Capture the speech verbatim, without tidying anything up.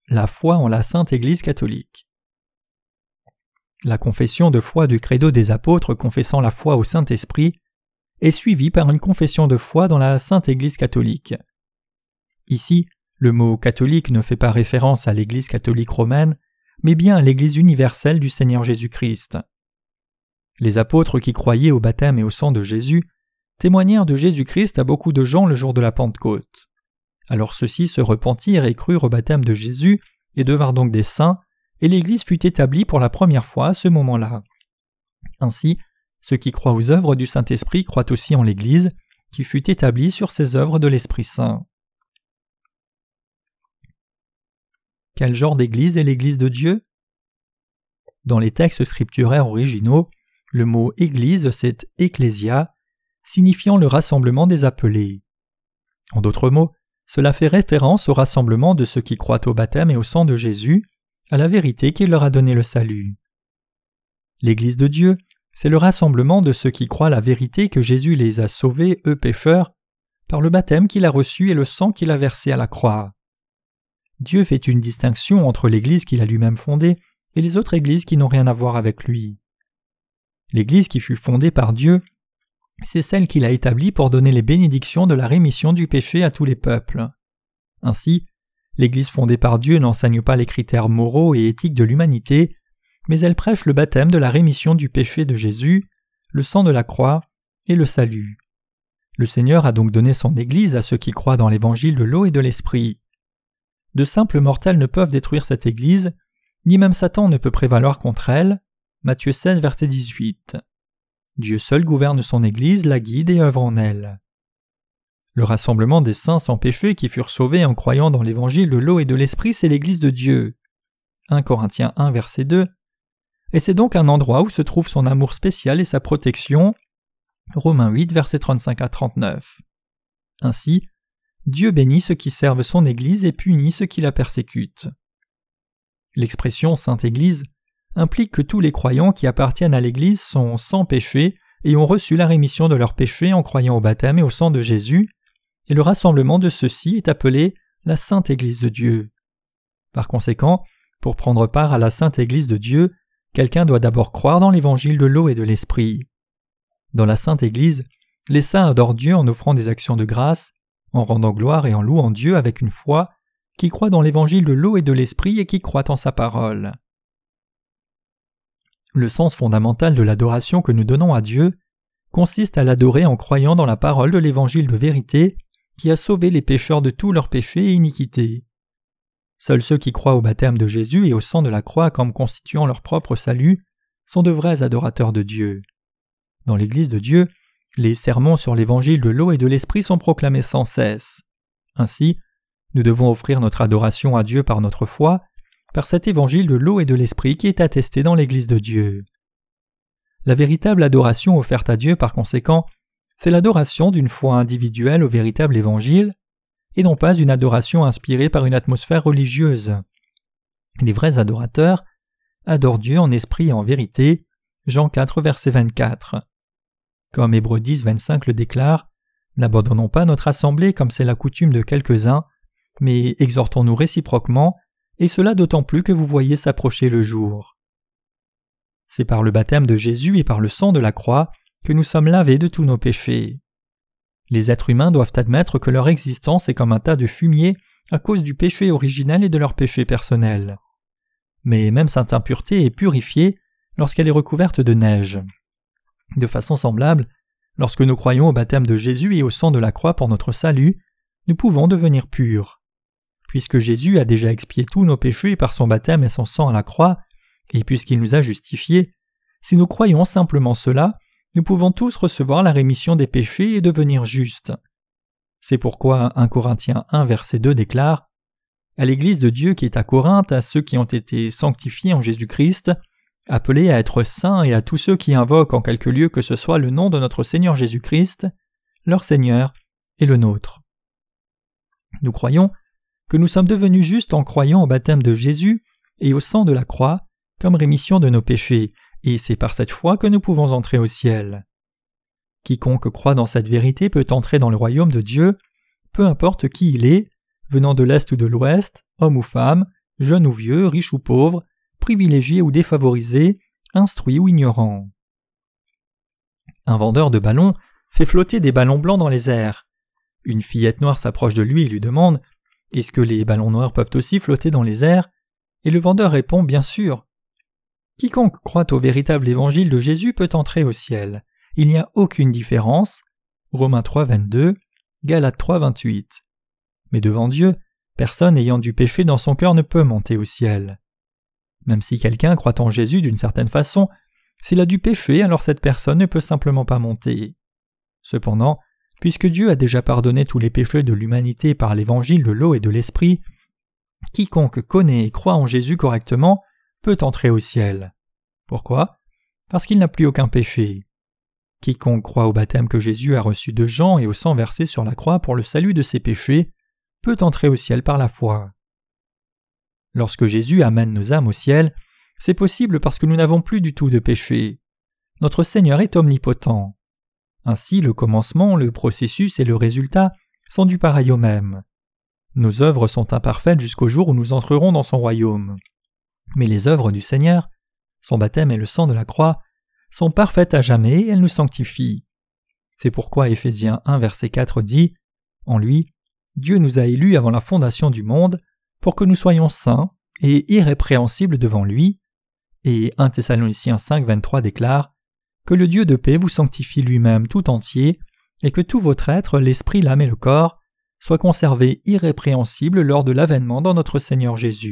La foi en la Sainte Église catholique. La confession de foi du credo des apôtres confessant la foi au Saint-Esprit est suivie par une confession de foi dans la Sainte Église catholique. Ici, le mot catholique ne fait pas référence à l'Église catholique romaine, mais bien à l'Église universelle du Seigneur Jésus-Christ. Les apôtres qui croyaient au baptême et au sang de Jésus témoignèrent de Jésus-Christ à beaucoup de gens le jour de la Pentecôte. Alors ceux-ci se repentirent et crurent au baptême de Jésus et devinrent donc des saints, et l'Église fut établie pour la première fois à ce moment-là. Ainsi, ceux qui croient aux œuvres du Saint-Esprit croient aussi en l'Église, qui fut établie sur ces œuvres de l'Esprit Saint. Quel genre d'Église est l'Église de Dieu? Dans les textes scripturaires originaux, le mot « Église » c'est « ecclésia », signifiant le rassemblement des appelés. En d'autres mots, cela fait référence au rassemblement de ceux qui croient au baptême et au sang de Jésus, à la vérité qui leur a donné le salut. L'Église de Dieu, c'est le rassemblement de ceux qui croient la vérité que Jésus les a sauvés, eux pécheurs, par le baptême qu'il a reçu et le sang qu'il a versé à la croix. Dieu fait une distinction entre l'Église qu'il a lui-même fondée et les autres églises qui n'ont rien à voir avec lui. L'Église qui fut fondée par Dieu, c'est celle qu'il a établie pour donner les bénédictions de la rémission du péché à tous les peuples. Ainsi, l'Église fondée par Dieu n'enseigne pas les critères moraux et éthiques de l'humanité, mais elle prêche le baptême de la rémission du péché de Jésus, le sang de la croix et le salut. Le Seigneur a donc donné son Église à ceux qui croient dans l'évangile de l'eau et de l'esprit. De simples mortels ne peuvent détruire cette Église, ni même Satan ne peut prévaloir contre elle. Matthieu seize, verset dix-huit. Dieu seul gouverne son Église, la guide et œuvre en elle. Le rassemblement des saints sans péché qui furent sauvés en croyant dans l'évangile de l'eau et de l'esprit, c'est l'Église de Dieu. un Corinthiens un, verset deux. Et c'est donc un endroit où se trouve son amour spécial et sa protection. Romains huit, versets trente-cinq à trente-neuf. Ainsi, Dieu bénit ceux qui servent son Église et punit ceux qui la persécutent. L'expression Sainte Église implique que tous les croyants qui appartiennent à l'Église sont sans péché et ont reçu la rémission de leurs péchés en croyant au baptême et au sang de Jésus, et le rassemblement de ceux-ci est appelé la Sainte Église de Dieu. Par conséquent, pour prendre part à la Sainte Église de Dieu, quelqu'un doit d'abord croire dans l'évangile de l'eau et de l'esprit. Dans la Sainte Église, les saints adorent Dieu en offrant des actions de grâce, en rendant gloire et en louant Dieu avec une foi qui croit dans l'évangile de l'eau et de l'esprit et qui croit en sa parole. Le sens fondamental de l'adoration que nous donnons à Dieu consiste à l'adorer en croyant dans la parole de l'évangile de vérité qui a sauvé les pécheurs de tous leurs péchés et iniquités. Seuls ceux qui croient au baptême de Jésus et au sang de la croix comme constituant leur propre salut sont de vrais adorateurs de Dieu. Dans l'Église de Dieu, les sermons sur l'évangile de l'eau et de l'esprit sont proclamés sans cesse. Ainsi, nous devons offrir notre adoration à Dieu par notre foi, par cet évangile de l'eau et de l'esprit qui est attesté dans l'Église de Dieu. La véritable adoration offerte à Dieu, par conséquent, c'est l'adoration d'une foi individuelle au véritable évangile, et non pas une adoration inspirée par une atmosphère religieuse. Les vrais adorateurs adorent Dieu en esprit et en vérité, Jean quatre, verset vingt-quatre. Comme Hébreux dix, vingt-cinq le déclare, « N'abandonnons pas notre assemblée comme c'est la coutume de quelques-uns, mais exhortons-nous réciproquement, et cela d'autant plus que vous voyez s'approcher le jour. » C'est par le baptême de Jésus et par le sang de la croix que nous sommes lavés de tous nos péchés. Les êtres humains doivent admettre que leur existence est comme un tas de fumier à cause du péché originel et de leur péché personnel. Mais même cette impureté est purifiée lorsqu'elle est recouverte de neige. De façon semblable, lorsque nous croyons au baptême de Jésus et au sang de la croix pour notre salut, nous pouvons devenir purs. Puisque Jésus a déjà expié tous nos péchés par son baptême et son sang à la croix, et puisqu'il nous a justifiés, si nous croyons simplement cela, nous pouvons tous recevoir la rémission des péchés et devenir justes. C'est pourquoi un Corinthiens un, verset deux déclare « À l'Église de Dieu qui est à Corinthe, à ceux qui ont été sanctifiés en Jésus-Christ, appelés à être saints et à tous ceux qui invoquent en quelque lieu que ce soit le nom de notre Seigneur Jésus-Christ, leur Seigneur et le nôtre. » Nous croyons que nous sommes devenus justes en croyant au baptême de Jésus et au sang de la croix comme rémission de nos péchés, et c'est par cette foi que nous pouvons entrer au ciel. Quiconque croit dans cette vérité peut entrer dans le royaume de Dieu, peu importe qui il est, venant de l'Est ou de l'Ouest, homme ou femme, jeune ou vieux, riche ou pauvre, privilégié ou défavorisé, instruit ou ignorant. Un vendeur de ballons fait flotter des ballons blancs dans les airs. Une fillette noire s'approche de lui et lui demande « Est-ce que les ballons noirs peuvent aussi flotter dans les airs ?» Et le vendeur répond « Bien sûr ». Quiconque croit au véritable évangile de Jésus peut entrer au ciel. Il n'y a aucune différence. Romains trois, vingt-deux, Galates trois, vingt-huit. Mais devant Dieu, personne ayant du péché dans son cœur ne peut monter au ciel. Même si quelqu'un croit en Jésus d'une certaine façon, s'il a du péché, alors cette personne ne peut simplement pas monter. Cependant, puisque Dieu a déjà pardonné tous les péchés de l'humanité par l'évangile de l'eau et de l'esprit, quiconque connaît et croit en Jésus correctement peut entrer au ciel. Pourquoi ? Parce qu'il n'a plus aucun péché. Quiconque croit au baptême que Jésus a reçu de Jean et au sang versé sur la croix pour le salut de ses péchés peut entrer au ciel par la foi. Lorsque Jésus amène nos âmes au ciel, c'est possible parce que nous n'avons plus du tout de péché. Notre Seigneur est omnipotent. Ainsi, le commencement, le processus et le résultat sont du pareil au même. Nos œuvres sont imparfaites jusqu'au jour où nous entrerons dans son royaume. Mais les œuvres du Seigneur, son baptême et le sang de la croix, sont parfaites à jamais et elles nous sanctifient. C'est pourquoi Éphésiens un verset quatre dit « En lui, Dieu nous a élus avant la fondation du monde pour que nous soyons saints et irrépréhensibles devant lui. » Et un Thessaloniciens cinq vingt-trois déclare « Que le Dieu de paix vous sanctifie lui-même tout entier et que tout votre être, l'esprit, l'âme et le corps, soient conservés irrépréhensibles lors de l'avènement dans notre Seigneur Jésus. »